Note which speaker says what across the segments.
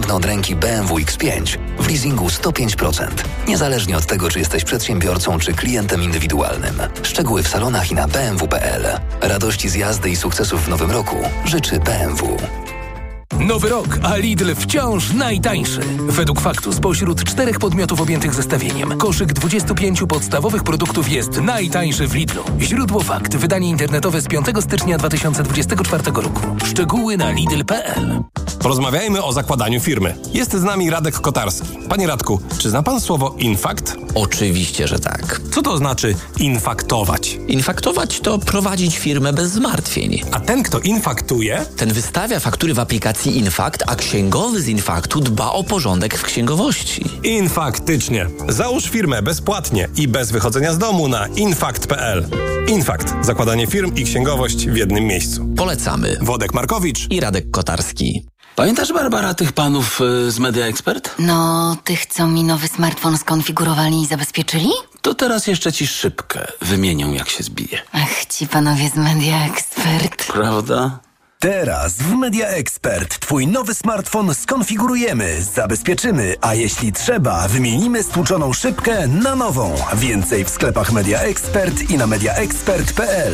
Speaker 1: dostępne od ręki BMW X5 w leasingu 105%. Niezależnie od tego, czy jesteś przedsiębiorcą, czy klientem indywidualnym. Szczegóły w salonach i na bmw.pl. Radości z jazdy i sukcesów w nowym roku życzy BMW.
Speaker 2: Nowy rok, a Lidl wciąż najtańszy. Według faktu spośród 4 podmiotów objętych zestawieniem koszyk 25 podstawowych produktów jest najtańszy w Lidlu. Źródło Fakt. Wydanie internetowe z 5 stycznia 2024 roku. Szczegóły na lidl.pl.
Speaker 3: Porozmawiajmy o zakładaniu firmy. Jest z nami Radek Kotarski. Panie Radku, czy zna pan słowo infakt?
Speaker 4: Oczywiście, że tak.
Speaker 3: Co to znaczy infaktować?
Speaker 4: Infaktować to prowadzić firmę bez zmartwień.
Speaker 3: A ten, kto infaktuje?
Speaker 4: Ten wystawia faktury w aplikacji Infakt, a księgowy z Infaktu dba o porządek w księgowości.
Speaker 3: Infaktycznie. Załóż firmę bezpłatnie i bez wychodzenia z domu na infakt.pl. Infakt. Zakładanie firm i księgowość w jednym miejscu.
Speaker 4: Polecamy.
Speaker 3: Wodek Markowicz
Speaker 4: i Radek Kotarski.
Speaker 5: Pamiętasz, Barbara, tych panów z Media Expert?
Speaker 6: No, tych, co mi nowy smartfon skonfigurowali i zabezpieczyli?
Speaker 5: To teraz jeszcze ci szybkę wymienią, jak się zbije.
Speaker 6: Ach, ci panowie z Media Expert.
Speaker 5: Prawda?
Speaker 7: Teraz w Media Expert twój nowy smartfon skonfigurujemy, zabezpieczymy, a jeśli trzeba, wymienimy stłuczoną szybkę na nową. Więcej w sklepach Media Expert i na mediaexpert.pl.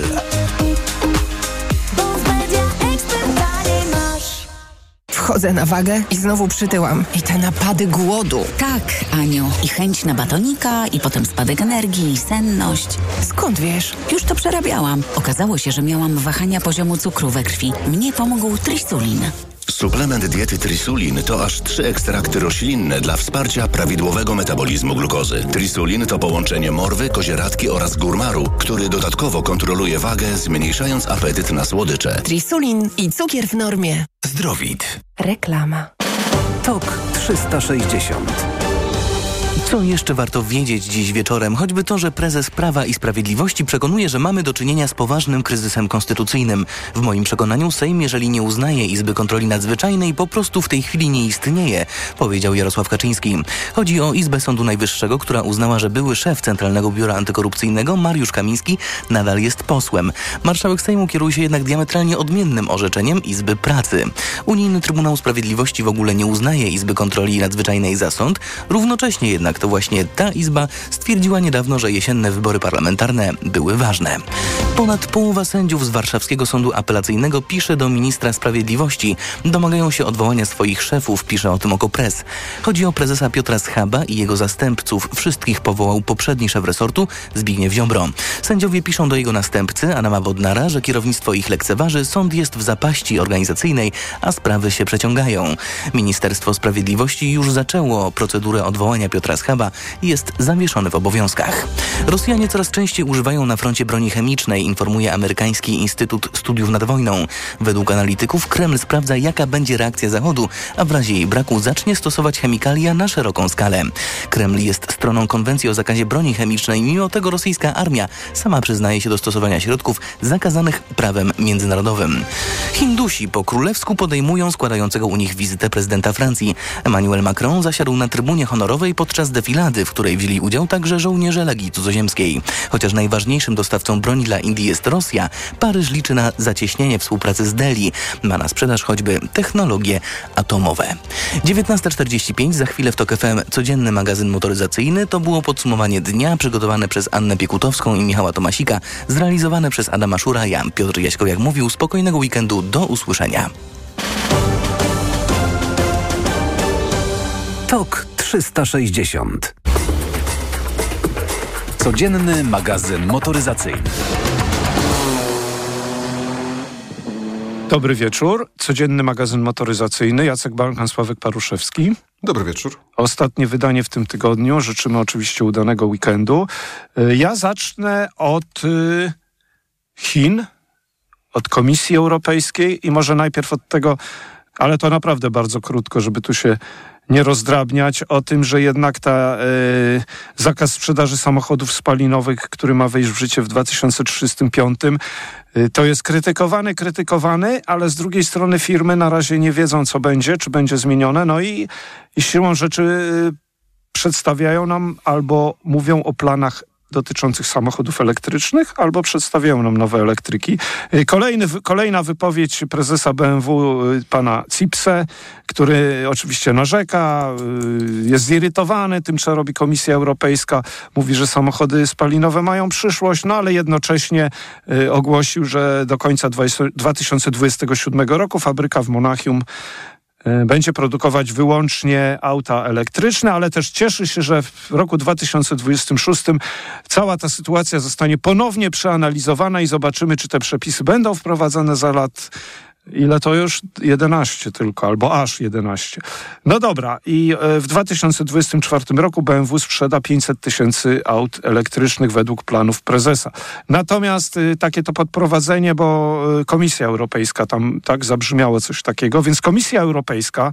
Speaker 8: Wchodzę na wagę i znowu przytyłam. I te napady głodu.
Speaker 9: Tak, Aniu. I chęć na batonika, i potem spadek energii, i senność.
Speaker 8: Skąd wiesz?
Speaker 9: Już to przerabiałam. Okazało się, że miałam wahania poziomu cukru we krwi. Mnie pomógł Trisulin.
Speaker 10: Suplement diety Trisulin to aż 3 ekstrakty roślinne dla wsparcia prawidłowego metabolizmu glukozy. Trisulin to połączenie morwy, kozieradki oraz górmaru, który dodatkowo kontroluje wagę, zmniejszając apetyt na słodycze.
Speaker 8: Trisulin i cukier w normie.
Speaker 7: Zdrowit.
Speaker 8: Reklama.
Speaker 11: TOK 360. Co jeszcze warto wiedzieć dziś wieczorem? Choćby to, że prezes Prawa i Sprawiedliwości przekonuje, że mamy do czynienia z poważnym kryzysem konstytucyjnym. W moim przekonaniu Sejm, jeżeli nie uznaje Izby Kontroli Nadzwyczajnej, po prostu w tej chwili nie istnieje, powiedział Jarosław Kaczyński. Chodzi o Izbę Sądu Najwyższego, która uznała, że były szef Centralnego Biura Antykorupcyjnego Mariusz Kamiński nadal jest posłem. Marszałek Sejmu kieruje się jednak diametralnie odmiennym orzeczeniem Izby Pracy. Unijny Trybunał Sprawiedliwości w ogóle nie uznaje Izby Kontroli Nadzwyczajnej za sąd, równocześnie jednak to właśnie ta Izba stwierdziła niedawno, że jesienne wybory parlamentarne były ważne. Ponad połowa sędziów z Warszawskiego Sądu Apelacyjnego pisze do ministra sprawiedliwości. Domagają się odwołania swoich szefów, pisze o tym Okopres. Chodzi o prezesa Piotra Schaba i jego zastępców. Wszystkich powołał poprzedni szef resortu Zbigniew Ziobro. Sędziowie piszą do jego następcy Adama Bodnara, że kierownictwo ich lekceważy, sąd jest w zapaści organizacyjnej, a sprawy się przeciągają. Ministerstwo Sprawiedliwości już zaczęło procedurę odwołania Piotra Schaba i jest zawieszony w obowiązkach. Rosjanie coraz częściej używają na froncie broni chemicznej, informuje amerykański Instytut Studiów nad Wojną. Według analityków Kreml sprawdza, jaka będzie reakcja Zachodu, a w razie jej braku zacznie stosować chemikalia na szeroką skalę. Kreml jest stroną konwencji o zakazie broni chemicznej, mimo tego rosyjska armia sama przyznaje się do stosowania środków zakazanych prawem międzynarodowym. Hindusi po królewsku podejmują składającego u nich wizytę prezydenta Francji. Emmanuel Macron zasiadł na trybunie honorowej podczas defilady, w której wzięli udział także żołnierze Legii Cudzoziemskiej. Chociaż najważniejszym dostawcą broni dla Indii jest Rosja, Paryż liczy na zacieśnienie współpracy z Delhi. Ma na sprzedaż choćby technologie atomowe. 19:45, za chwilę w TOK FM codzienny magazyn motoryzacyjny. To było podsumowanie dnia przygotowane przez Annę Piekutowską i Michała Tomasika, zrealizowane przez Adama Szuraja. Piotr Jaśkowiak mówił, spokojnego weekendu, do usłyszenia.
Speaker 7: TOK 360. Codzienny magazyn motoryzacyjny.
Speaker 12: Dobry wieczór. Codzienny magazyn motoryzacyjny. Jacek Balkan, Sławek Paruszewski.
Speaker 13: Dobry wieczór.
Speaker 12: Ostatnie wydanie w tym tygodniu. Życzymy oczywiście udanego weekendu. Ja zacznę od Chin, od Komisji Europejskiej i może najpierw od tego, ale to naprawdę bardzo krótko, żeby tu się nie rozdrabniać, o tym, że jednak zakaz sprzedaży samochodów spalinowych, który ma wejść w życie w 2035, to jest krytykowany, ale z drugiej strony firmy na razie nie wiedzą, co będzie, czy będzie zmienione, no i siłą rzeczy przedstawiają nam albo mówią o planach dotyczących samochodów elektrycznych, albo przedstawiają nam nowe elektryki. Kolejna wypowiedź prezesa BMW, pana Zipse, który oczywiście narzeka, jest zirytowany tym, co robi Komisja Europejska. Mówi, że samochody spalinowe mają przyszłość, no ale jednocześnie ogłosił, że do końca 2027 roku fabryka w Monachium będzie produkować wyłącznie auta elektryczne, ale też cieszy się, że w roku 2026 cała ta sytuacja zostanie ponownie przeanalizowana i zobaczymy, czy te przepisy będą wprowadzone za lat... Ile to już? 11 tylko, albo aż 11. No dobra, i w 2024 roku BMW sprzeda 500 000 aut elektrycznych według planów prezesa. Natomiast takie to podprowadzenie, bo Komisja Europejska, tam tak zabrzmiało coś takiego, więc Komisja Europejska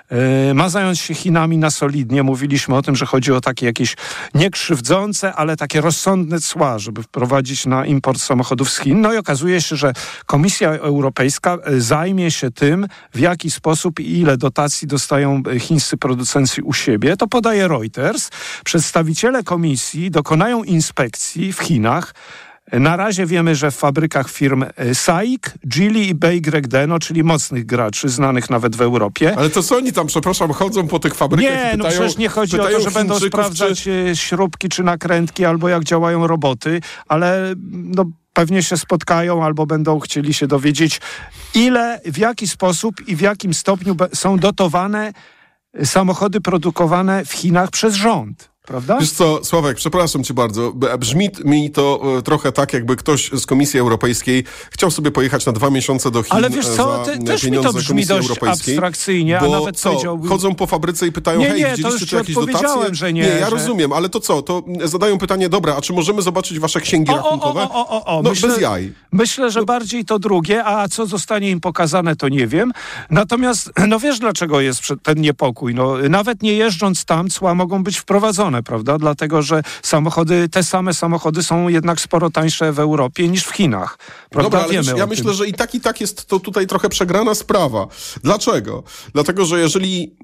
Speaker 12: ma zająć się Chinami na solidnie. Mówiliśmy o tym, że chodzi o takie jakieś niekrzywdzące, ale takie rozsądne cła, żeby wprowadzić na import samochodów z Chin. No i okazuje się, że Komisja Europejska zajmie się tym, w jaki sposób i ile dotacji dostają chińscy producenci u siebie. To podaje Reuters. Przedstawiciele komisji dokonają inspekcji w Chinach. Na razie wiemy, że w fabrykach firm SAIC, Geely i BYD, czyli mocnych graczy, znanych nawet w Europie.
Speaker 13: Ale to co oni tam, przepraszam, chodzą po tych fabrykach i pytają,
Speaker 12: przecież nie chodzi o to, że będą sprawdzać śrubki czy nakrętki, albo jak działają roboty, ale pewnie się spotkają albo będą chcieli się dowiedzieć, ile, w jaki sposób i w jakim stopniu są dotowane samochody produkowane w Chinach przez rząd. Prawda?
Speaker 13: Wiesz co, Sławek, przepraszam cię bardzo. Brzmi mi to trochę tak, jakby ktoś z Komisji Europejskiej chciał sobie pojechać na 2 miesiące do Chin.
Speaker 12: Ale wiesz co, też mi to brzmi dość abstrakcyjnie, a nawet powiedziałbym...
Speaker 13: chodzą po fabryce i pytają, widzieliście tu jakieś dotacje?
Speaker 12: Że nie,
Speaker 13: ja rozumiem, ale to co? To zadają pytanie, dobra, a czy możemy zobaczyć wasze księgi rachunkowe? Bez jaj.
Speaker 12: Myślę, że bardziej to drugie, a co zostanie im pokazane, to nie wiem. Natomiast, wiesz, dlaczego jest ten niepokój? Nawet nie jeżdżąc tam, cła mogą być wprowadzone, prawda? Dlatego, że te same samochody są jednak sporo tańsze w Europie niż w Chinach. Prawda?
Speaker 13: Dobra, ale ja myślę, że i tak jest to tutaj trochę przegrana sprawa. Dlaczego? Dlatego, że jeżeli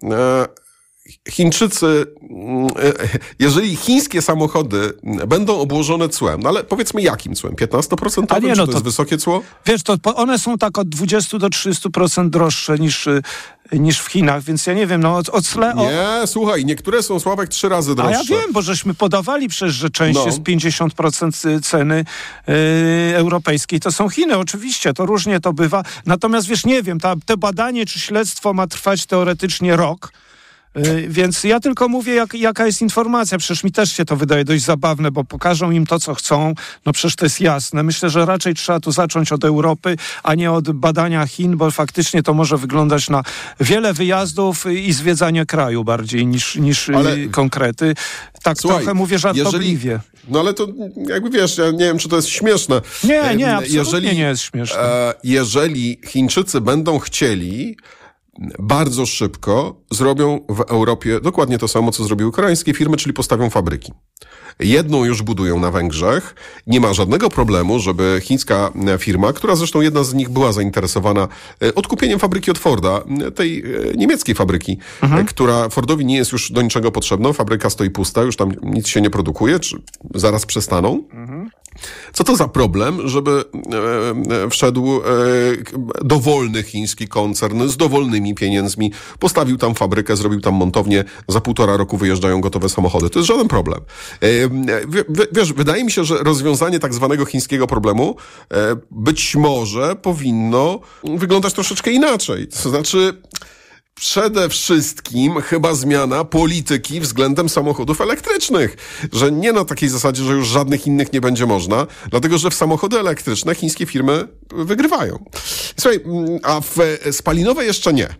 Speaker 13: jeżeli chińskie samochody będą obłożone cłem, ale powiedzmy jakim cłem? 15%? Czy to jest wysokie cło?
Speaker 12: Wiesz, one są tak od 20 do 30% droższe niż w Chinach, więc ja nie wiem,
Speaker 13: Nie, słuchaj, niektóre są, Sławek, 3 razy droższe.
Speaker 12: A ja wiem, bo żeśmy podawali przecież, że część jest 50% ceny europejskiej. To są Chiny, oczywiście, to różnie to bywa. Natomiast wiesz, nie wiem, to badanie czy śledztwo ma trwać teoretycznie rok. Więc ja tylko mówię, jaka jest informacja. Przecież mi też się to wydaje dość zabawne, bo pokażą im to, co chcą. Przecież to jest jasne. Myślę, że raczej trzeba tu zacząć od Europy, a nie od badania Chin, bo faktycznie to może wyglądać na wiele wyjazdów i zwiedzanie kraju bardziej niż konkrety. Tak, słuchaj, trochę mówię żartobliwie.
Speaker 13: Ale to jakby wiesz, ja nie wiem, czy to jest śmieszne.
Speaker 12: Nie, absolutnie nie jest śmieszne.
Speaker 13: Jeżeli Chińczycy będą chcieli, bardzo szybko zrobią w Europie dokładnie to samo, co zrobiły koreańskie firmy, czyli postawią fabryki. Jedną już budują na Węgrzech. Nie ma żadnego problemu, żeby chińska firma, która zresztą jedna z nich była zainteresowana odkupieniem fabryki od Forda, tej niemieckiej fabryki, która Fordowi nie jest już do niczego potrzebna. Fabryka stoi pusta, już tam nic się nie produkuje, czy zaraz przestaną. Co to za problem, żeby wszedł dowolny chiński koncern z dowolnymi pieniędzmi, postawił tam fabrykę, zrobił tam montownię, za 1,5 roku wyjeżdżają gotowe samochody. To jest żaden problem. Wiesz, wydaje mi się, że rozwiązanie tak zwanego chińskiego problemu być może powinno wyglądać troszeczkę inaczej. To znaczy, przede wszystkim chyba zmiana polityki względem samochodów elektrycznych. Że nie na takiej zasadzie, że już żadnych innych nie będzie można, dlatego że w samochody elektryczne chińskie firmy wygrywają. Słuchaj, a w spalinowe jeszcze nie.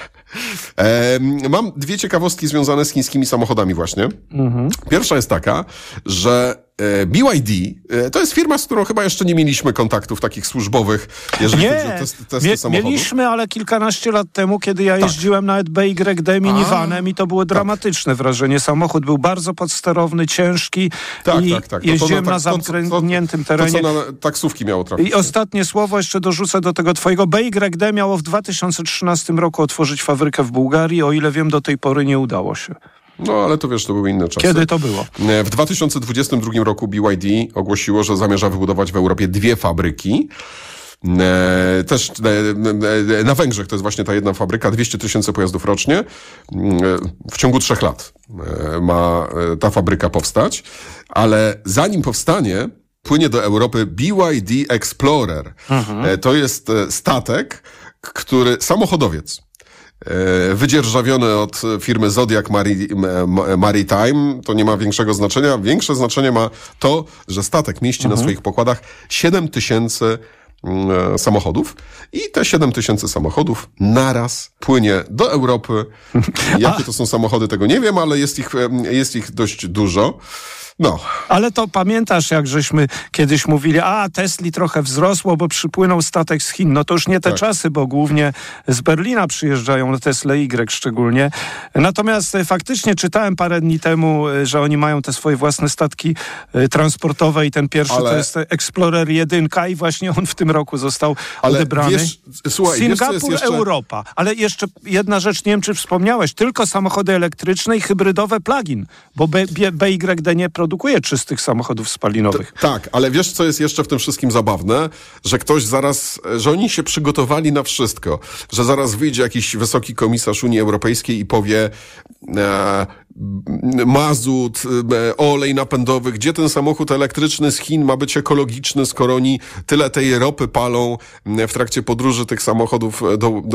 Speaker 13: Mam 2 ciekawostki związane z chińskimi samochodami właśnie. Pierwsza jest taka, że BYD to jest firma, z którą chyba jeszcze nie mieliśmy kontaktów takich służbowych, jeżeli chodzi o testy samochodów.
Speaker 12: Mieliśmy, ale kilkanaście lat temu, kiedy ja jeździłem nawet BYD minivanem i to było dramatyczne wrażenie. Samochód był bardzo podsterowny, ciężki i jeździłem na zamkniętym terenie.
Speaker 13: To, co na taksówki miało trafić.
Speaker 12: I ostatnie słowo jeszcze dorzucę do tego twojego. BYD miało w 2013 roku otworzyć fabrykę w Bułgarii, o ile wiem, do tej pory nie udało się.
Speaker 13: No, ale to wiesz, to były inne czasy.
Speaker 12: Kiedy to było?
Speaker 13: W 2022 roku BYD ogłosiło, że zamierza wybudować w Europie 2 fabryki. Też na Węgrzech to jest właśnie ta jedna fabryka, 200 000 pojazdów rocznie. W ciągu 3 lat ma ta fabryka powstać, ale zanim powstanie, płynie do Europy BYD Explorer. To jest statek, samochodowiec, wydzierżawiony od firmy Zodiac Maritime. To nie ma większego znaczenia. Większe znaczenie ma to, że statek mieści na swoich pokładach 7 000 samochodów i te 7 000 samochodów naraz płynie do Europy. Jakie to są samochody, tego nie wiem, ale jest ich dość dużo. No.
Speaker 12: Ale to pamiętasz, jak żeśmy kiedyś mówili, Tesli trochę wzrosło, bo przypłynął statek z Chin. No to już nie te czasy, bo głównie z Berlina przyjeżdżają Tesla Y szczególnie. Natomiast faktycznie czytałem parę dni temu, że oni mają te swoje własne statki transportowe i ten pierwszy to jest Explorer 1 i właśnie on w tym roku został odebrany. Singapur, Europa. Ale jeszcze jedna rzecz, nie wiem, czy wspomniałeś, tylko samochody elektryczne i hybrydowe plug-in, bo BYD nie produkuje czystych samochodów spalinowych.
Speaker 13: Tak, ale wiesz, co jest jeszcze w tym wszystkim zabawne? Że oni się przygotowali na wszystko. Że zaraz wyjdzie jakiś wysoki komisarz Unii Europejskiej i powie mazut, olej napędowy, gdzie ten samochód elektryczny z Chin ma być ekologiczny, skoro oni tyle tej ropy palą w trakcie podróży tych samochodów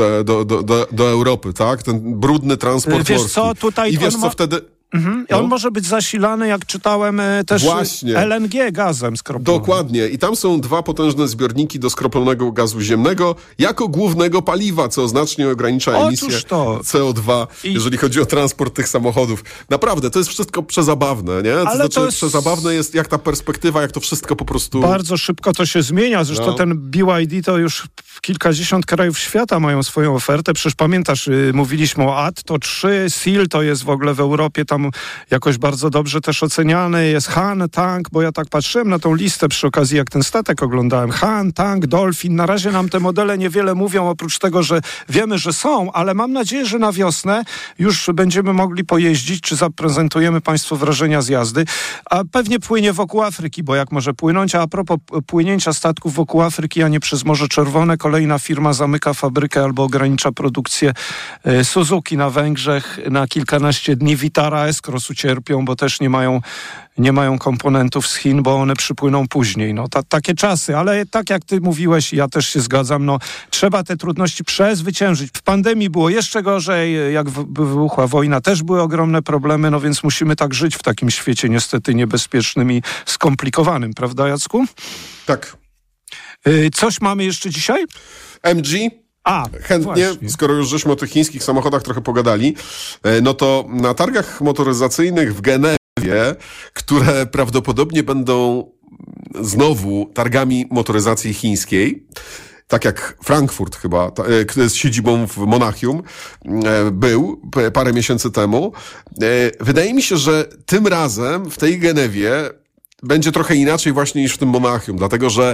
Speaker 13: do Europy, tak? Ten brudny transport morski.
Speaker 12: Co, tutaj
Speaker 13: i wiesz, co wtedy...
Speaker 12: On może być zasilany, jak czytałem, też LNG, gazem skroplonym.
Speaker 13: Dokładnie. I tam są 2 potężne zbiorniki do skroplonego gazu ziemnego jako głównego paliwa, co znacznie ogranicza emisję CO2, jeżeli chodzi o transport tych samochodów. Naprawdę, to jest wszystko przezabawne, nie? Przezabawne jest jak ta perspektywa, jak to wszystko po prostu...
Speaker 12: Bardzo szybko to się zmienia. Zresztą ten BYD to już kilkadziesiąt krajów świata mają swoją ofertę. Przecież pamiętasz, mówiliśmy o Atto 3, Seal to jest w ogóle w Europie tam jakoś bardzo dobrze też oceniany. Jest Han, Tank, bo ja tak patrzyłem na tą listę przy okazji, jak ten statek oglądałem. Han, Tank, Dolphin. Na razie nam te modele niewiele mówią, oprócz tego, że wiemy, że są, ale mam nadzieję, że na wiosnę już będziemy mogli pojeździć, czy zaprezentujemy Państwu wrażenia z jazdy. A pewnie płynie wokół Afryki, bo jak może płynąć? A propos płynięcia statków wokół Afryki, a nie przez Morze Czerwone, kolejna firma zamyka fabrykę albo ogranicza produkcję. Suzuki na Węgrzech na kilkanaście dni. Vitara, S-Cross ucierpią, bo też nie mają komponentów z Chin, bo one przypłyną później. No, takie czasy, ale tak jak ty mówiłeś, ja też się zgadzam, trzeba te trudności przezwyciężyć. W pandemii było jeszcze gorzej, jak wybuchła wojna, też były ogromne problemy, więc musimy tak żyć w takim świecie niestety niebezpiecznym i skomplikowanym, prawda, Jacku?
Speaker 13: Tak.
Speaker 12: Coś mamy jeszcze dzisiaj?
Speaker 13: MG? Chętnie,
Speaker 12: właśnie.
Speaker 13: Skoro już żeśmy o tych chińskich samochodach trochę pogadali, to na targach motoryzacyjnych w Genewie, które prawdopodobnie będą znowu targami motoryzacji chińskiej, tak jak Frankfurt chyba, z siedzibą w Monachium, był parę miesięcy temu. Wydaje mi się, że tym razem w tej Genewie będzie trochę inaczej właśnie niż w tym Monachium, dlatego że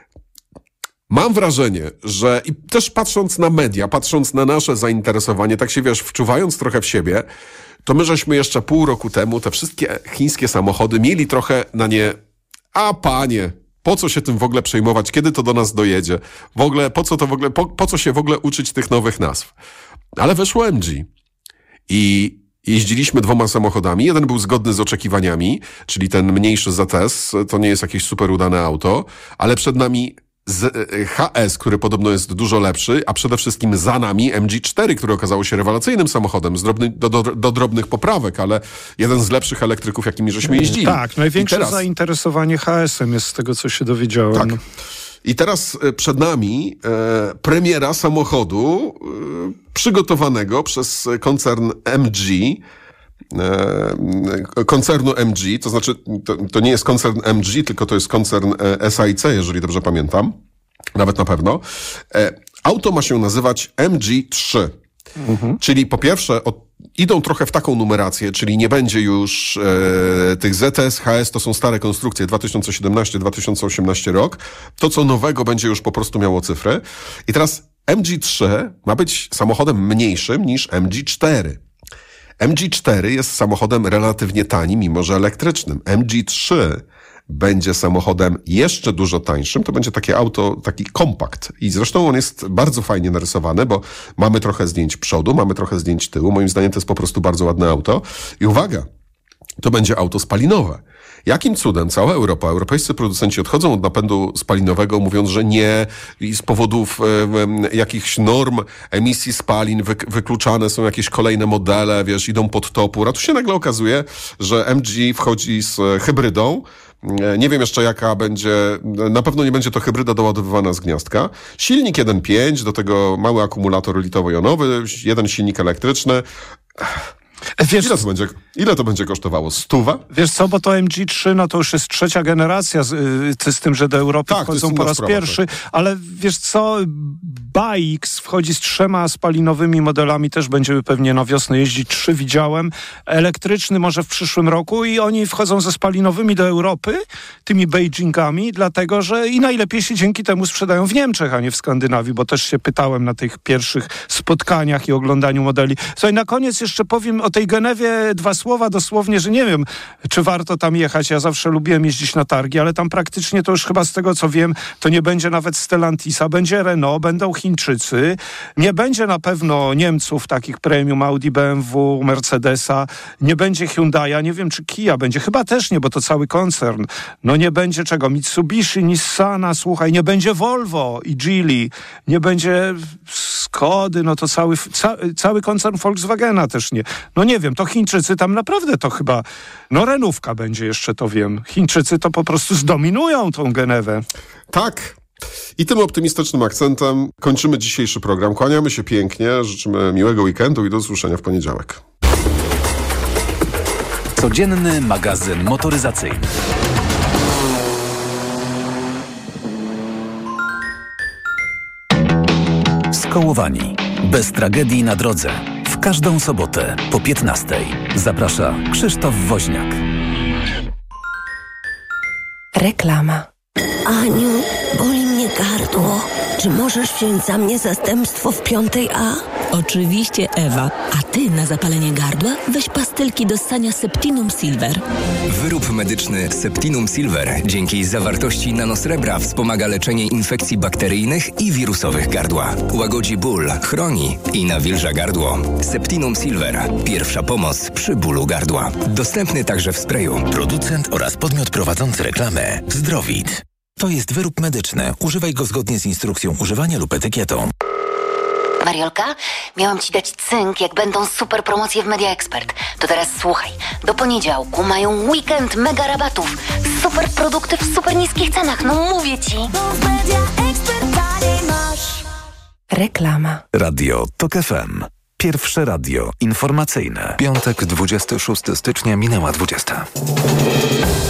Speaker 13: mam wrażenie, że i też patrząc na media, patrząc na nasze zainteresowanie, tak się wczuwając trochę w siebie, to my żeśmy jeszcze pół roku temu te wszystkie chińskie samochody mieli trochę na nie, panie, po co się tym w ogóle przejmować, kiedy to do nas dojedzie, w ogóle po co się w ogóle uczyć tych nowych nazw. Ale weszło MG i jeździliśmy 2 samochodami. Jeden był zgodny z oczekiwaniami, czyli ten mniejszy ZS, to nie jest jakieś super udane auto, ale przed nami HS, który podobno jest dużo lepszy, a przede wszystkim za nami MG4, który okazało się rewelacyjnym samochodem, do drobnych poprawek, ale jeden z lepszych elektryków, jakimi żeśmy jeździli.
Speaker 12: Tak, największe zainteresowanie HS-em jest z tego, co się dowiedziałem.
Speaker 13: Tak. I teraz przed nami premiera samochodu przygotowanego przez koncern MG, koncernu MG, to znaczy to nie jest koncern MG, tylko to jest koncern SAIC, jeżeli dobrze pamiętam, nawet na pewno. Auto ma się nazywać MG3, czyli po pierwsze idą trochę w taką numerację, czyli nie będzie już tych ZS, HS, to są stare konstrukcje, 2017-2018 rok. To, co nowego, będzie już po prostu miało cyfry. I teraz MG3 ma być samochodem mniejszym niż MG4. MG4 jest samochodem relatywnie tanim, mimo że elektrycznym. MG3 będzie samochodem jeszcze dużo tańszym, to będzie takie auto, taki kompakt. I zresztą on jest bardzo fajnie narysowany, bo mamy trochę zdjęć przodu, mamy trochę zdjęć tyłu. Moim zdaniem to jest po prostu bardzo ładne auto. I uwaga, to będzie auto spalinowe. Jakim cudem cała Europa, europejscy producenci odchodzą od napędu spalinowego, mówiąc, że nie i z powodów jakichś norm emisji spalin wykluczane są jakieś kolejne modele, wiesz, idą pod topór. A tu się nagle okazuje, że MG wchodzi z hybrydą. Nie wiem jeszcze jaka będzie, na pewno nie będzie to hybryda doładowywana z gniazdka. Silnik 1.5, do tego mały akumulator litowo-jonowy, jeden silnik elektryczny. Wiesz, ile to będzie kosztowało? 100?
Speaker 12: Wiesz co, bo to MG3, no to już jest trzecia generacja z tym, że do Europy wchodzą po raz pierwszy, ale wiesz co, BAIX wchodzi z 3 spalinowymi modelami, też będziemy pewnie na wiosnę jeździć, 3 widziałem, elektryczny może w przyszłym roku i oni wchodzą ze spalinowymi do Europy, tymi Beijingami, dlatego, że i najlepiej się dzięki temu sprzedają w Niemczech, a nie w Skandynawii, bo też się pytałem na tych pierwszych spotkaniach i oglądaniu modeli. Słuchaj, na koniec jeszcze powiem o tej Genewie 2 słowa dosłownie, że nie wiem, czy warto tam jechać. Ja zawsze lubiłem jeździć na targi, ale tam praktycznie to już chyba z tego, co wiem, to nie będzie nawet Stellantisa, będzie Renault, będą Chińczycy, nie będzie na pewno Niemców takich premium, Audi, BMW, Mercedesa, nie będzie Hyundai'a, nie wiem, czy Kia będzie, chyba też nie, bo to cały koncern. No nie będzie czego, Mitsubishi, Nissana, słuchaj, nie będzie Volvo i Geely, nie będzie Skody, no to cały koncern Volkswagena też nie. No nie wiem, to Chińczycy tam naprawdę to chyba, no Renówka będzie jeszcze, to wiem. Chińczycy to po prostu zdominują tą Genewę.
Speaker 13: Tak. I tym optymistycznym akcentem kończymy dzisiejszy program. Kłaniamy się pięknie, życzymy miłego weekendu i do usłyszenia w poniedziałek.
Speaker 2: Codzienny magazyn motoryzacyjny. Skołowani. Bez tragedii na drodze. W każdą sobotę po 15:00. Zaprasza Krzysztof Woźniak.
Speaker 14: Reklama. Aniu, boli mnie gardło. Czy możesz wziąć za mnie zastępstwo w 5A?
Speaker 15: Oczywiście, Ewa. A ty na zapalenie gardła weź pastylki do ssania Septinum Silver.
Speaker 16: Wyrób medyczny Septinum Silver dzięki zawartości nanosrebra wspomaga leczenie infekcji bakteryjnych i wirusowych gardła. Łagodzi ból, chroni i nawilża gardło. Septinum Silver. Pierwsza pomoc przy bólu gardła. Dostępny także w sprayu.
Speaker 2: Producent oraz podmiot prowadzący reklamę Zdrowit. To jest wyrób medyczny. Używaj go zgodnie z instrukcją używania lub etykietą.
Speaker 6: Mariolka, miałam ci dać cynk, jak będą super promocje w Media Expert. To teraz słuchaj. Do poniedziałku mają weekend mega rabatów. Super produkty w super niskich cenach. No mówię ci.
Speaker 14: Reklama.
Speaker 2: Radio TOK FM. Pierwsze radio informacyjne. Piątek, 26 stycznia, minęła 20.